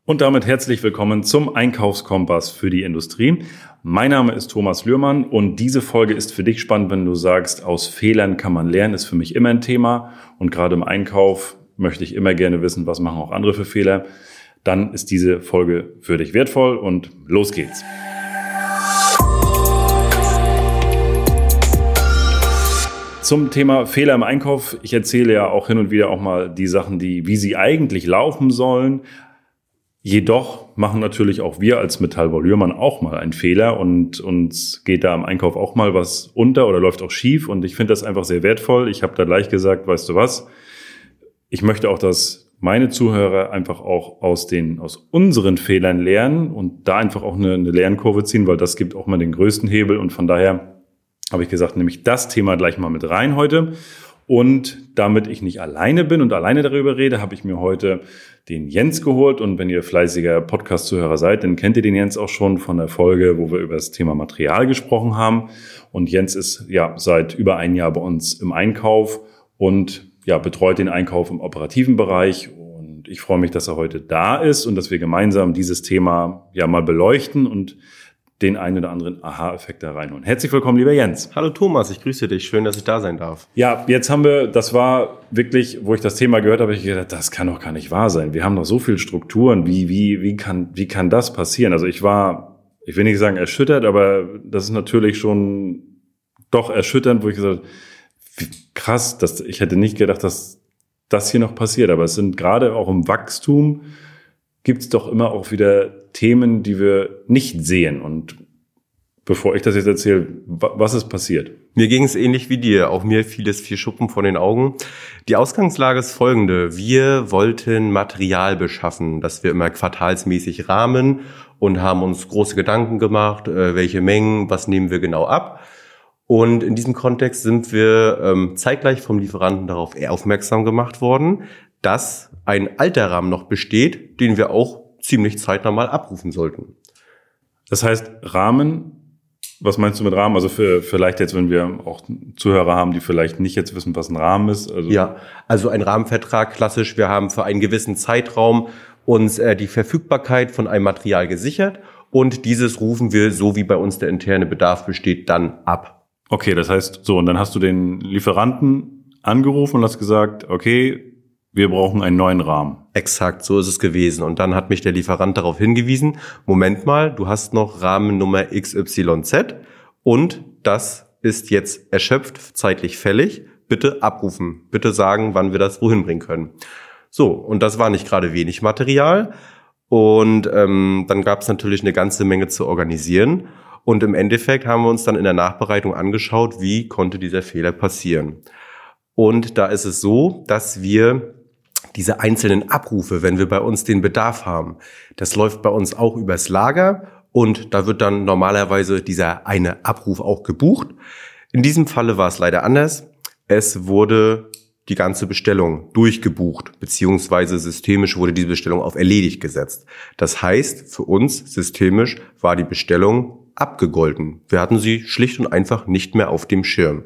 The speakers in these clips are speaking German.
Und damit herzlich willkommen zum Einkaufskompass für die Industrie. Mein Name ist Thomas Lührmann und diese Folge ist für dich spannend, wenn du sagst, aus Fehlern kann man lernen, ist für mich immer ein Thema. Und gerade im Einkauf möchte ich immer gerne wissen, was machen auch andere für Fehler. Dann ist diese Folge für dich wertvoll und los geht's. Zum Thema Fehler im Einkauf. Ich erzähle ja auch hin und wieder auch mal die Sachen, wie sie eigentlich laufen sollen. Jedoch machen natürlich auch wir als Metallbau Lührmann auch mal einen Fehler und uns geht da im Einkauf auch mal was unter oder läuft auch schief. Und ich finde das einfach sehr wertvoll. Ich habe da gleich gesagt, weißt du was, ich möchte auch, dass meine Zuhörer einfach auch aus unseren Fehlern lernen und da einfach auch eine Lernkurve ziehen, weil das gibt auch mal den größten Hebel. Und von daher habe ich gesagt, nehme ich das Thema gleich mal mit rein heute. Und damit ich nicht alleine bin und alleine darüber rede, habe ich mir heute den Jens geholt. Und wenn ihr fleißiger Podcast-Zuhörer seid, dann kennt ihr den Jens auch schon von der Folge, wo wir über das Thema Material gesprochen haben. Und Jens ist ja seit über ein Jahr bei uns im Einkauf und ja betreut den Einkauf im operativen Bereich. Und ich freue mich, dass er heute da ist und dass wir gemeinsam dieses Thema ja mal beleuchten und den einen oder anderen Aha-Effekt da reinholen. Herzlich willkommen, lieber Jens. Hallo Thomas, ich grüße dich. Schön, dass ich da sein darf. Ja, jetzt das war wirklich, wo ich das Thema gehört habe, ich gedacht, das kann doch gar nicht wahr sein. Wir haben doch so viele Strukturen. Wie kann das passieren? Also ich will nicht sagen erschüttert, aber das ist natürlich schon doch erschütternd, wo ich gesagt habe, wie krass, ich hätte nicht gedacht, dass das hier noch passiert. Aber es sind gerade auch im Wachstum gibt es doch immer auch wieder Themen, die wir nicht sehen. Und bevor ich das jetzt erzähle, was ist passiert? Mir ging es ähnlich wie dir. Auch mir fiel es 4 Schuppen von den Augen. Die Ausgangslage ist folgende. Wir wollten Material beschaffen, dass wir immer quartalsmäßig rahmen und haben uns große Gedanken gemacht, welche Mengen, was nehmen wir genau ab. Und in diesem Kontext sind wir zeitgleich vom Lieferanten darauf aufmerksam gemacht worden, dass ein alter Rahmen noch besteht, den wir auch ziemlich zeitnah mal abrufen sollten. Das heißt, Rahmen, was meinst du mit Rahmen? Also vielleicht jetzt, wenn wir auch Zuhörer haben, die vielleicht nicht jetzt wissen, was ein Rahmen ist. Also ein Rahmenvertrag, klassisch, wir haben für einen gewissen Zeitraum uns die Verfügbarkeit von einem Material gesichert und dieses rufen wir, so wie bei uns der interne Bedarf besteht, dann ab. Okay, das heißt so, und dann hast du den Lieferanten angerufen und hast gesagt, okay, wir brauchen einen neuen Rahmen. Exakt, so ist es gewesen. Und dann hat mich der Lieferant darauf hingewiesen, Moment mal, du hast noch Rahmennummer XYZ und das ist jetzt erschöpft, zeitlich fällig. Bitte abrufen, bitte sagen, wann wir das wohin bringen können. So, und das war nicht gerade wenig Material. Und dann gab es natürlich eine ganze Menge zu organisieren. Und im Endeffekt haben wir uns dann in der Nachbereitung angeschaut, wie konnte dieser Fehler passieren. Und da ist es so, dass wir diese einzelnen Abrufe, wenn wir bei uns den Bedarf haben, das läuft bei uns auch übers Lager und da wird dann normalerweise dieser eine Abruf auch gebucht. In diesem Falle war es leider anders. Es wurde die ganze Bestellung durchgebucht, beziehungsweise systemisch wurde diese Bestellung auf erledigt gesetzt. Das heißt, für uns systemisch war die Bestellung abgegolten. Wir hatten sie schlicht und einfach nicht mehr auf dem Schirm.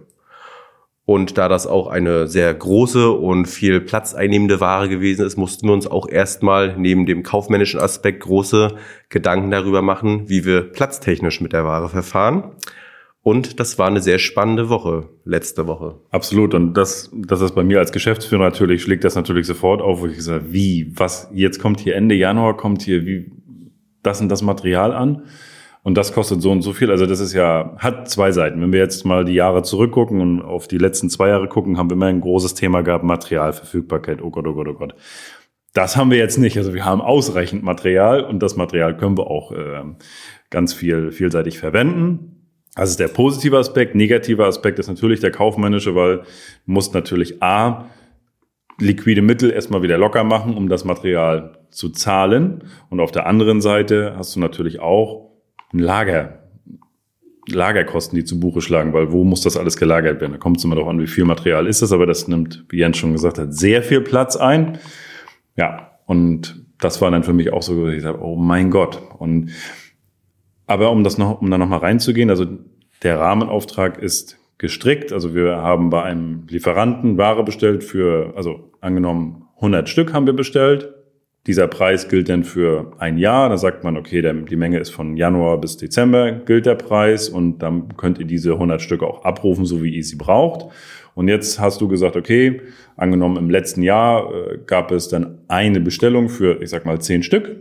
Und da das auch eine sehr große und viel Platz einnehmende Ware gewesen ist, mussten wir uns auch erstmal neben dem kaufmännischen Aspekt große Gedanken darüber machen, wie wir platztechnisch mit der Ware verfahren. Und das war eine sehr spannende Woche, letzte Woche. Absolut. Und das ist bei mir als Geschäftsführer natürlich, schlägt das natürlich sofort auf, wo ich gesagt habe, jetzt kommt hier Ende Januar, kommt hier das und das Material an. Und das kostet so und so viel. Also das ist hat 2 Seiten. Wenn wir jetzt mal die Jahre zurückgucken und auf die letzten 2 Jahre gucken, haben wir immer ein großes Thema gehabt, Materialverfügbarkeit. Oh Gott, oh Gott, oh Gott. Das haben wir jetzt nicht. Also wir haben ausreichend Material und das Material können wir auch ganz vielseitig verwenden. Das ist der positive Aspekt. Negativer Aspekt ist natürlich der kaufmännische, weil du musst natürlich liquide Mittel erstmal wieder locker machen, um das Material zu zahlen. Und auf der anderen Seite hast du natürlich auch ein Lagerkosten, die zu Buche schlagen, weil wo muss das alles gelagert werden? Da kommt es immer darauf an, wie viel Material ist das, aber das nimmt, wie Jens schon gesagt hat, sehr viel Platz ein. Ja, und das war dann für mich auch so, dass ich sage, oh mein Gott. Aber um da noch mal reinzugehen, also der Rahmenauftrag ist gestrickt, also wir haben bei einem Lieferanten Ware bestellt angenommen 100 Stück haben wir bestellt dieser Preis gilt dann für ein Jahr. Da sagt man, okay, die Menge ist von Januar bis Dezember gilt der Preis und dann könnt ihr diese 100 Stücke auch abrufen, so wie ihr sie braucht. Und jetzt hast du gesagt, okay, angenommen im letzten Jahr gab es dann eine Bestellung für, ich sag mal, 10 Stück.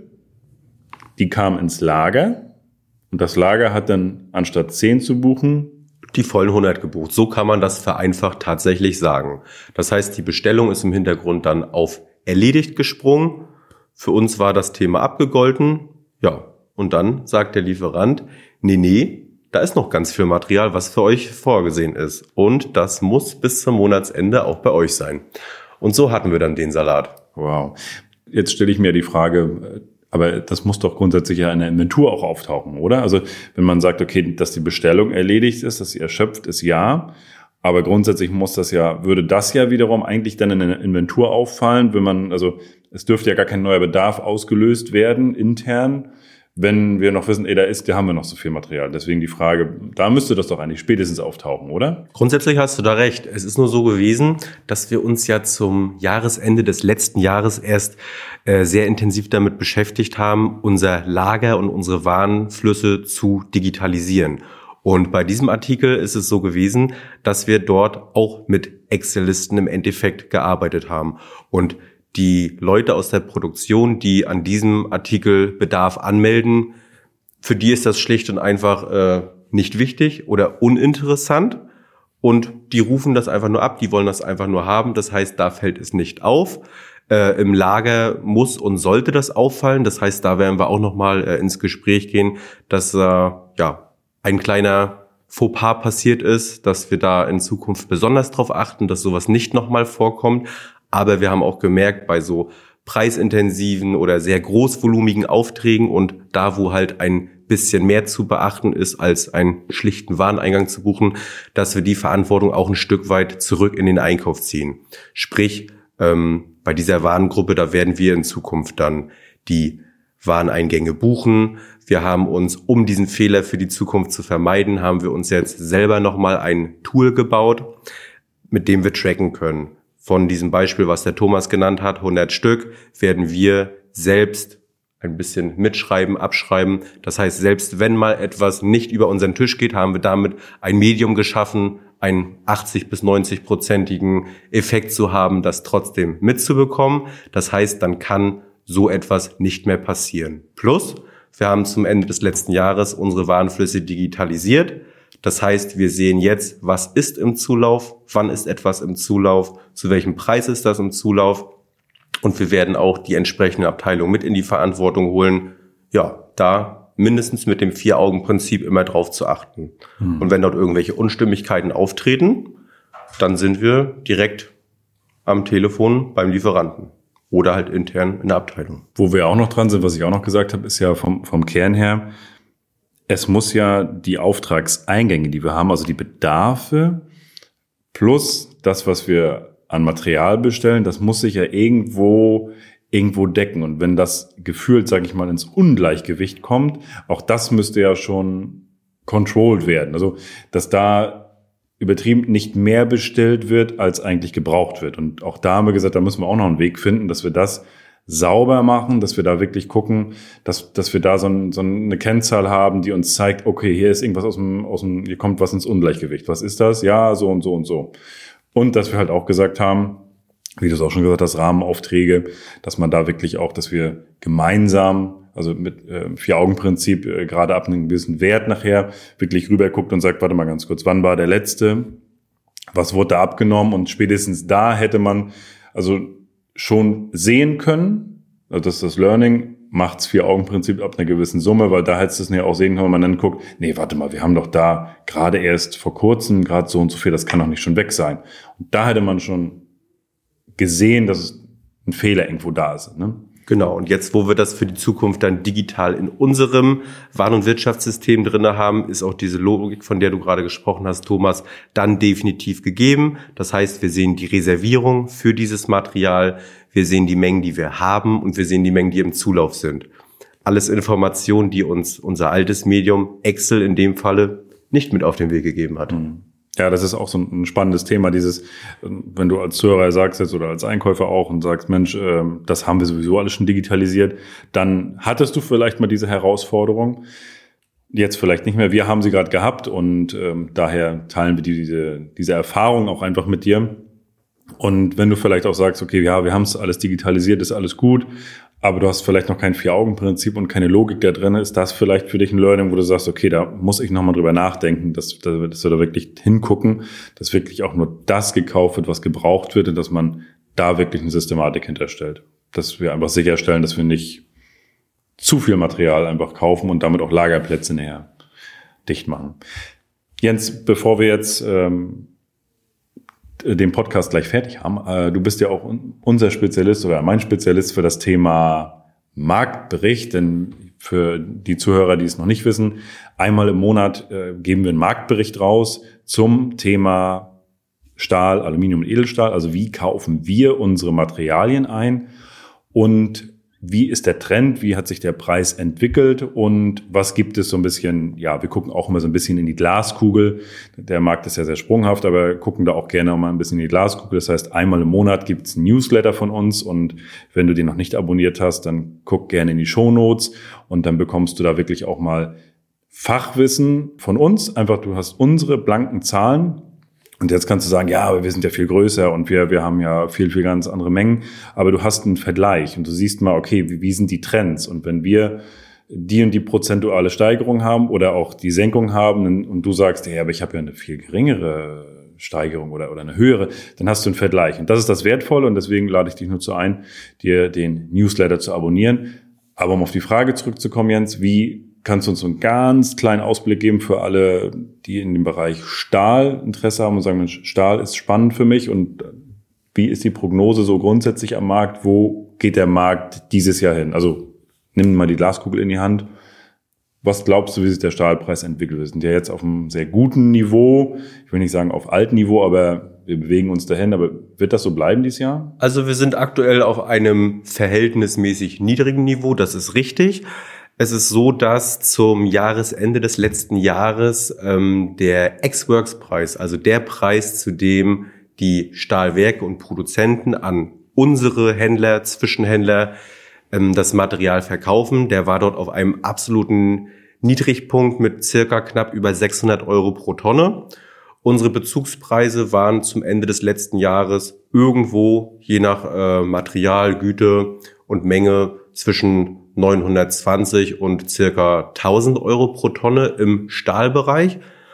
Die kam ins Lager und das Lager hat dann anstatt 10 zu buchen, die vollen 100 gebucht. So kann man das vereinfacht tatsächlich sagen. Das heißt, die Bestellung ist im Hintergrund dann auf erledigt gesprungen. Für uns war das Thema abgegolten. Ja, und dann sagt der Lieferant, nee, da ist noch ganz viel Material, was für euch vorgesehen ist. Und das muss bis zum Monatsende auch bei euch sein. Und so hatten wir dann den Salat. Wow. Jetzt stelle ich mir die Frage, aber das muss doch grundsätzlich ja in der Inventur auch auftauchen, oder? Also wenn man sagt, okay, dass die Bestellung erledigt ist, dass sie erschöpft ist, ja. Aber grundsätzlich würde das ja wiederum eigentlich dann in der Inventur auffallen, es dürfte ja gar kein neuer Bedarf ausgelöst werden intern, wenn wir noch wissen, da haben wir noch so viel Material. Deswegen die Frage, da müsste das doch eigentlich spätestens auftauchen, oder? Grundsätzlich hast du da recht. Es ist nur so gewesen, dass wir uns ja zum Jahresende des letzten Jahres erst sehr intensiv damit beschäftigt haben, unser Lager und unsere Warenflüsse zu digitalisieren. Und bei diesem Artikel ist es so gewesen, dass wir dort auch mit Excel-Listen im Endeffekt gearbeitet haben. Und die Leute aus der Produktion, die an diesem Artikel Bedarf anmelden, für die ist das schlicht und einfach nicht wichtig oder uninteressant. Und die rufen das einfach nur ab, die wollen das einfach nur haben. Das heißt, da fällt es nicht auf. Im Lager muss und sollte das auffallen. Das heißt, da werden wir auch nochmal ins Gespräch gehen, dass ein kleiner Fauxpas passiert ist, dass wir da in Zukunft besonders darauf achten, dass sowas nicht nochmal vorkommt. Aber wir haben auch gemerkt, bei so preisintensiven oder sehr großvolumigen Aufträgen und da, wo halt ein bisschen mehr zu beachten ist, als einen schlichten Wareneingang zu buchen, dass wir die Verantwortung auch ein Stück weit zurück in den Einkauf ziehen. Sprich, bei dieser Warengruppe, da werden wir in Zukunft dann die Wareneingänge buchen. Wir haben uns, um diesen Fehler für die Zukunft zu vermeiden, haben wir uns jetzt selber nochmal ein Tool gebaut, mit dem wir tracken können. Von diesem Beispiel, was der Thomas genannt hat, 100 Stück, werden wir selbst ein bisschen mitschreiben, abschreiben. Das heißt, selbst wenn mal etwas nicht über unseren Tisch geht, haben wir damit ein Medium geschaffen, einen 80- bis 90-prozentigen Effekt zu haben, das trotzdem mitzubekommen. Das heißt, dann kann so etwas nicht mehr passieren. Plus, wir haben zum Ende des letzten Jahres unsere Warenflüsse digitalisiert. Das heißt, wir sehen jetzt, was ist im Zulauf, wann ist etwas im Zulauf, zu welchem Preis ist das im Zulauf. Und wir werden auch die entsprechende Abteilung mit in die Verantwortung holen, da mindestens mit dem 4-Augen-Prinzip immer drauf zu achten. Und wenn dort irgendwelche Unstimmigkeiten auftreten, dann sind wir direkt am Telefon beim Lieferanten oder halt intern in der Abteilung. Wo wir auch noch dran sind, was ich auch noch gesagt habe, ist ja vom Kern her, es muss ja die Auftragseingänge, die wir haben, also die Bedarfe plus das, was wir an Material bestellen, das muss sich ja irgendwo decken. Und wenn das gefühlt, sage ich mal, ins Ungleichgewicht kommt, auch das müsste ja schon controlled werden. Also, dass da übertrieben nicht mehr bestellt wird, als eigentlich gebraucht wird. Und auch da haben wir gesagt, da müssen wir auch noch einen Weg finden, dass wir das sauber machen, dass wir da wirklich gucken, dass wir da so eine Kennzahl haben, die uns zeigt, okay, hier ist irgendwas hier kommt was ins Ungleichgewicht. Was ist das? Ja, so und so und so. Und dass wir halt auch gesagt haben, wie du es auch schon gesagt hast, Rahmenaufträge, dass man da wirklich auch, dass wir gemeinsam, also mit 4-Augen-Prinzip, gerade ab einem gewissen Wert nachher, wirklich rüber guckt und sagt, warte mal ganz kurz, wann war der letzte? Was wurde da abgenommen? Und spätestens da hätte man also schon sehen können, also das ist das Learning, macht's 4-Augen-Prinzip ab einer gewissen Summe, weil da hättest du es ja auch sehen können, wenn man dann guckt, nee, warte mal, wir haben doch da gerade erst vor kurzem gerade so und so viel, das kann doch nicht schon weg sein. Und da hätte man schon gesehen, dass ein Fehler irgendwo da ist, ne? Genau, und jetzt, wo wir das für die Zukunft dann digital in unserem Waren- und Wirtschaftssystem drin haben, ist auch diese Logik, von der du gerade gesprochen hast, Thomas, dann definitiv gegeben. Das heißt, wir sehen die Reservierung für dieses Material, wir sehen die Mengen, die wir haben und wir sehen die Mengen, die im Zulauf sind. Alles Informationen, die uns unser altes Medium, Excel in dem Falle, nicht mit auf den Weg gegeben hat. Ja, das ist auch so ein spannendes Thema, dieses, wenn du als Zuhörer sagst jetzt oder als Einkäufer auch und sagst, Mensch, das haben wir sowieso alles schon digitalisiert, dann hattest du vielleicht mal diese Herausforderung, jetzt vielleicht nicht mehr. Wir haben sie gerade gehabt und daher teilen wir diese Erfahrung auch einfach mit dir. Und wenn du vielleicht auch sagst, okay, ja, wir haben es alles digitalisiert, ist alles gut, aber du hast vielleicht noch kein Vier-Augen-Prinzip und keine Logik da drin, ist das vielleicht für dich ein Learning, wo du sagst, okay, da muss ich nochmal drüber nachdenken, dass wir da wirklich hingucken, dass wirklich auch nur das gekauft wird, was gebraucht wird und dass man da wirklich eine Systematik hinterstellt. Dass wir einfach sicherstellen, dass wir nicht zu viel Material einfach kaufen und damit auch Lagerplätze näher dicht machen. Jens, bevor wir jetzt den Podcast gleich fertig haben. Du bist ja auch unser Spezialist oder mein Spezialist für das Thema Marktbericht, denn für die Zuhörer, die es noch nicht wissen, einmal im Monat geben wir einen Marktbericht raus zum Thema Stahl, Aluminium und Edelstahl. Also wie kaufen wir unsere Materialien ein und wie ist der Trend, wie hat sich der Preis entwickelt und was gibt es so ein bisschen, ja, wir gucken auch immer so ein bisschen in die Glaskugel. Der Markt ist ja sehr sprunghaft, aber gucken da auch gerne mal ein bisschen in die Glaskugel. Das heißt, einmal im Monat gibt es ein Newsletter von uns und wenn du den noch nicht abonniert hast, dann guck gerne in die Shownotes und dann bekommst du da wirklich auch mal Fachwissen von uns. Einfach, du hast unsere blanken Zahlen. Und jetzt kannst du sagen, ja, aber wir sind ja viel größer und wir haben ja viel ganz andere Mengen. Aber du hast einen Vergleich und du siehst mal, okay, wie sind die Trends? Und wenn wir die und die prozentuale Steigerung haben oder auch die Senkung haben und du sagst, ja, aber ich habe ja eine viel geringere Steigerung oder eine höhere, dann hast du einen Vergleich. Und das ist das Wertvolle und deswegen lade ich dich nur zu ein, dir den Newsletter zu abonnieren. Aber um auf die Frage zurückzukommen, Jens, wie kannst du uns so einen ganz kleinen Ausblick geben für alle, die in dem Bereich Stahl Interesse haben und sagen, Mensch, Stahl ist spannend für mich und wie ist die Prognose so grundsätzlich am Markt? Wo geht der Markt dieses Jahr hin? Also nimm mal die Glaskugel in die Hand. Was glaubst du, wie sich der Stahlpreis entwickelt? Wir sind ja jetzt auf einem sehr guten Niveau. Ich will nicht sagen auf altem Niveau, aber wir bewegen uns dahin. Aber wird das so bleiben dieses Jahr? Also wir sind aktuell auf einem verhältnismäßig niedrigen Niveau. Das ist richtig. Es ist so, dass zum Jahresende des letzten Jahres der Ex-Works-Preis, also der Preis, zu dem die Stahlwerke und Produzenten an unsere Händler, Zwischenhändler das Material verkaufen, der war dort auf einem absoluten Niedrigpunkt mit circa knapp über 600 € pro Tonne. Unsere Bezugspreise waren zum Ende des letzten Jahres irgendwo, je nach Material, Güte und Menge, zwischen 920 und circa 1000 € pro Tonne im Stahlbereich.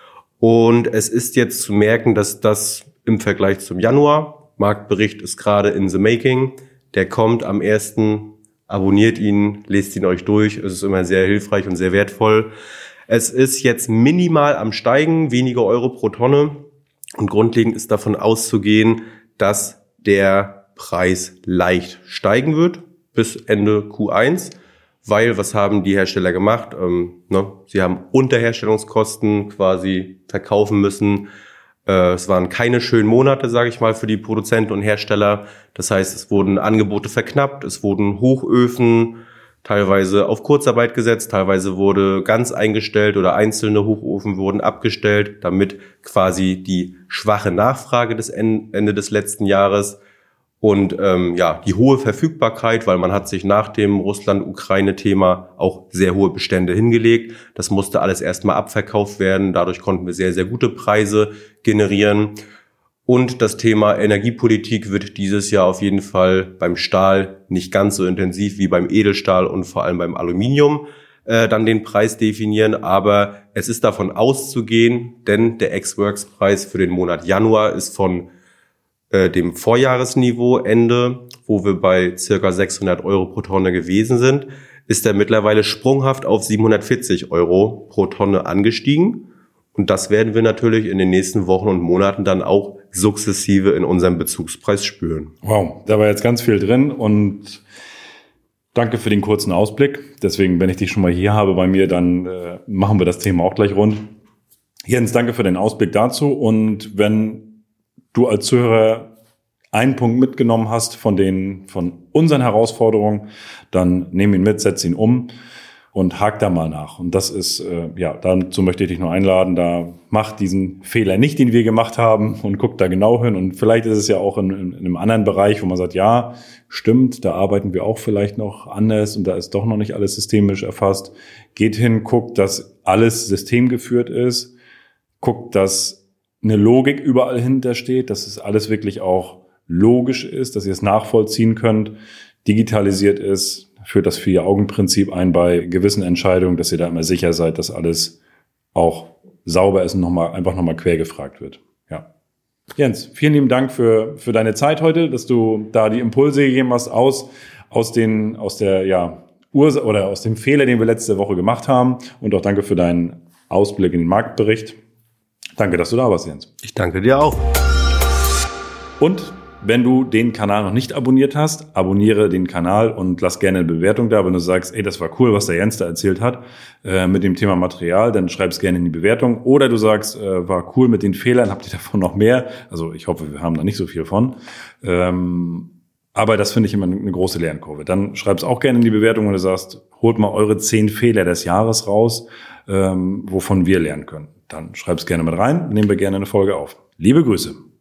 Und es ist jetzt zu merken, dass das im Vergleich zum Januar, Marktbericht ist gerade in the making, der kommt am 1. Abonniert ihn, lest ihn euch durch, es ist immer sehr hilfreich und sehr wertvoll. Es ist jetzt minimal am Steigen, wenige Euro pro Tonne. Und grundlegend ist davon auszugehen, dass der Preis leicht steigen wird bis Ende Q1. Weil, was haben die Hersteller gemacht? Sie haben Unterherstellungskosten quasi verkaufen müssen. Es waren keine schönen Monate, sage ich mal, für die Produzenten und Hersteller. Das heißt, es wurden Angebote verknappt, es wurden Hochöfen teilweise auf Kurzarbeit gesetzt, teilweise wurde ganz eingestellt oder einzelne Hochöfen wurden abgestellt, damit quasi die schwache Nachfrage des Ende des letzten Jahres und die hohe Verfügbarkeit, weil man hat sich nach dem Russland-Ukraine-Thema auch sehr hohe Bestände hingelegt. Das musste alles erstmal abverkauft werden. Dadurch konnten wir sehr, sehr gute Preise generieren. Und das Thema Energiepolitik wird dieses Jahr auf jeden Fall beim Stahl nicht ganz so intensiv wie beim Edelstahl und vor allem beim Aluminium dann den Preis definieren. Aber es ist davon auszugehen, denn der Ex-Works-Preis für den Monat Januar ist von dem Vorjahresniveau Ende, wo wir bei circa 600 € pro Tonne gewesen sind, ist er mittlerweile sprunghaft auf 740 € pro Tonne angestiegen. Und das werden wir natürlich in den nächsten Wochen und Monaten dann auch sukzessive in unserem Bezugspreis spüren. Wow, da war jetzt ganz viel drin und danke für den kurzen Ausblick. Deswegen, wenn ich dich schon mal hier habe bei mir, dann machen wir das Thema auch gleich rund. Jens, danke für den Ausblick dazu. Und wenn du als Zuhörer einen Punkt mitgenommen hast von unseren Herausforderungen, dann nimm ihn mit, setz ihn um. und hakt da mal nach. Und das ist, dazu möchte ich dich nur einladen, da mach diesen Fehler nicht, den wir gemacht haben und guck da genau hin. Und vielleicht ist es ja auch in einem anderen Bereich, wo man sagt, ja, stimmt, da arbeiten wir auch vielleicht noch anders und da ist doch noch nicht alles systemisch erfasst. Geht hin, guckt, dass alles systemgeführt ist, guckt, dass eine Logik überall hintersteht, dass es alles wirklich auch logisch ist, dass ihr es nachvollziehen könnt, digitalisiert ist, führt das Vier-Augen-Prinzip ein bei gewissen Entscheidungen, dass ihr da immer sicher seid, dass alles auch sauber ist und einfach nochmal quer gefragt wird. Ja. Jens, vielen lieben Dank für deine Zeit heute, dass du da die Impulse gegeben hast aus dem Fehler, den wir letzte Woche gemacht haben. Und auch danke für deinen Ausblick in den Marktbericht. Danke, dass du da warst, Jens. Ich danke dir auch. Und wenn du den Kanal noch nicht abonniert hast, abonniere den Kanal und lass gerne eine Bewertung da. Wenn du sagst, ey, das war cool, was der Jens da erzählt hat mit dem Thema Material, dann schreib es gerne in die Bewertung. Oder du sagst, war cool mit den Fehlern, habt ihr davon noch mehr? Also ich hoffe, wir haben da nicht so viel von. Aber das finde ich immer eine große Lernkurve. Dann schreib es auch gerne in die Bewertung, wenn du sagst, holt mal eure 10 Fehler des Jahres raus, wovon wir lernen können. Dann schreib es gerne mit rein, nehmen wir gerne eine Folge auf. Liebe Grüße.